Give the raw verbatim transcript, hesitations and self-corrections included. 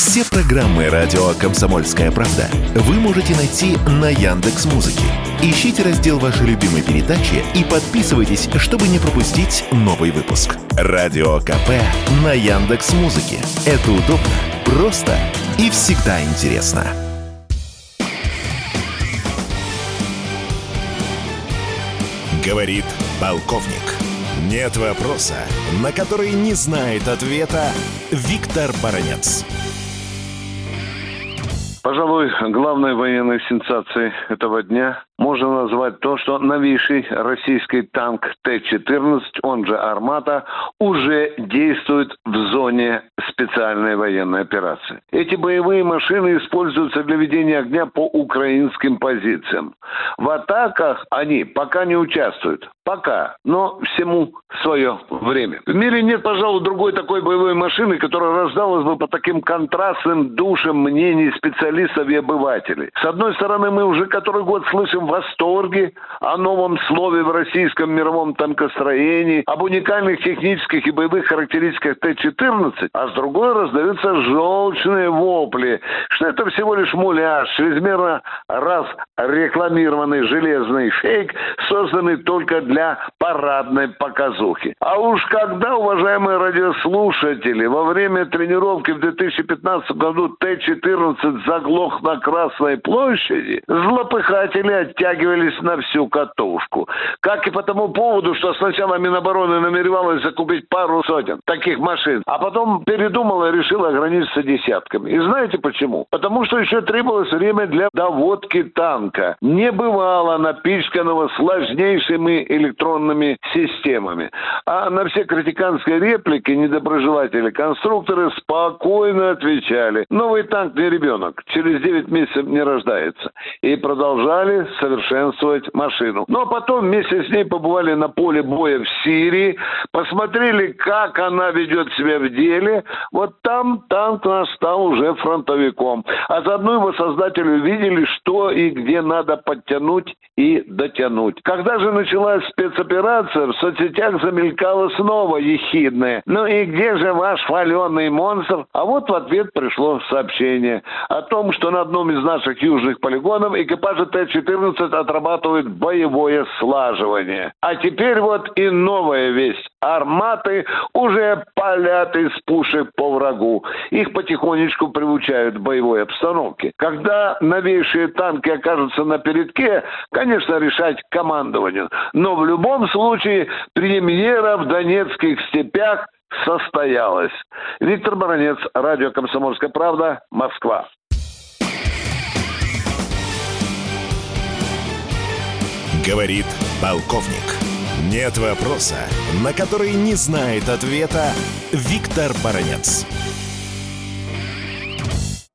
Все программы радио «Комсомольская правда» вы можете найти на Яндекс.Музыке. Ищите раздел вашей любимой передачи и подписывайтесь, чтобы не пропустить новый выпуск. Радио КП на Яндекс.Музыке. Это удобно, просто и всегда интересно. Говорит полковник. Нет вопроса, на который не знает ответа Виктор Баранец. Пожалуй, главной военной сенсацией этого дня можно назвать то, что новейший российский танк Т четырнадцать, он же «Армата», уже действует в зоне специальной военной операции. Эти боевые машины используются для ведения огня по украинским позициям. В атаках они пока не участвуют. Пока. Но всему свое время. В мире нет, пожалуй, другой такой боевой машины, которая рождалась бы по таким контрастным душам мнений специалистов и обывателей. С одной стороны, мы уже который год слышим восторги о новом слове в российском мировом танкостроении, об уникальных технических и боевых характеристиках Т четырнадцать, а с другой раздаются желчные вопли, что это всего лишь муляж, чрезмерно раз рекламированный железный фейк, созданный только для для парадной показухи. А уж когда, уважаемые радиослушатели, во время тренировки в две тысячи пятнадцатом году Т четырнадцать заглох на Красной площади, злопыхатели оттягивались на всю катушку. Как и по тому поводу, что сначала Минобороны намеревалась закупить пару сотен таких машин, а потом передумала и решила ограничиться десятками. И знаете почему? Потому что еще требовалось время для доводки танка, не бывало напичканного сложнейшими электронными системами. А на все критиканские реплики недоброжелатели-конструкторы спокойно отвечали: новый танк не ребенок, через девять месяцев не рождается. И продолжали совершенствовать машину. Ну а потом вместе с ней побывали на поле боя в Сирии, посмотрели, как она ведет себя в деле. Вот там танк наш стал уже фронтовиком. А заодно его создатели увидели, что и где надо подтянуть и дотянуть. Когда же началась спецоперация, в соцсетях замелькало снова ехидное: ну и где же ваш хваленый монстр? А вот в ответ пришло сообщение о том, что на одном из наших южных полигонов экипажи Т четырнадцать отрабатывают боевое слаживание. А теперь вот и новая весть. Арматы уже палят из пушек по врагу. Их потихонечку приучают к боевой обстановке. Когда новейшие танки окажутся на передке, конечно, решать командованию. Но в любом случае премьера в Донецких степях состоялась. Виктор Баранец, радио «Комсомольская правда», Москва. Говорит полковник. Нет вопроса, на который не знает ответа Виктор Баранец.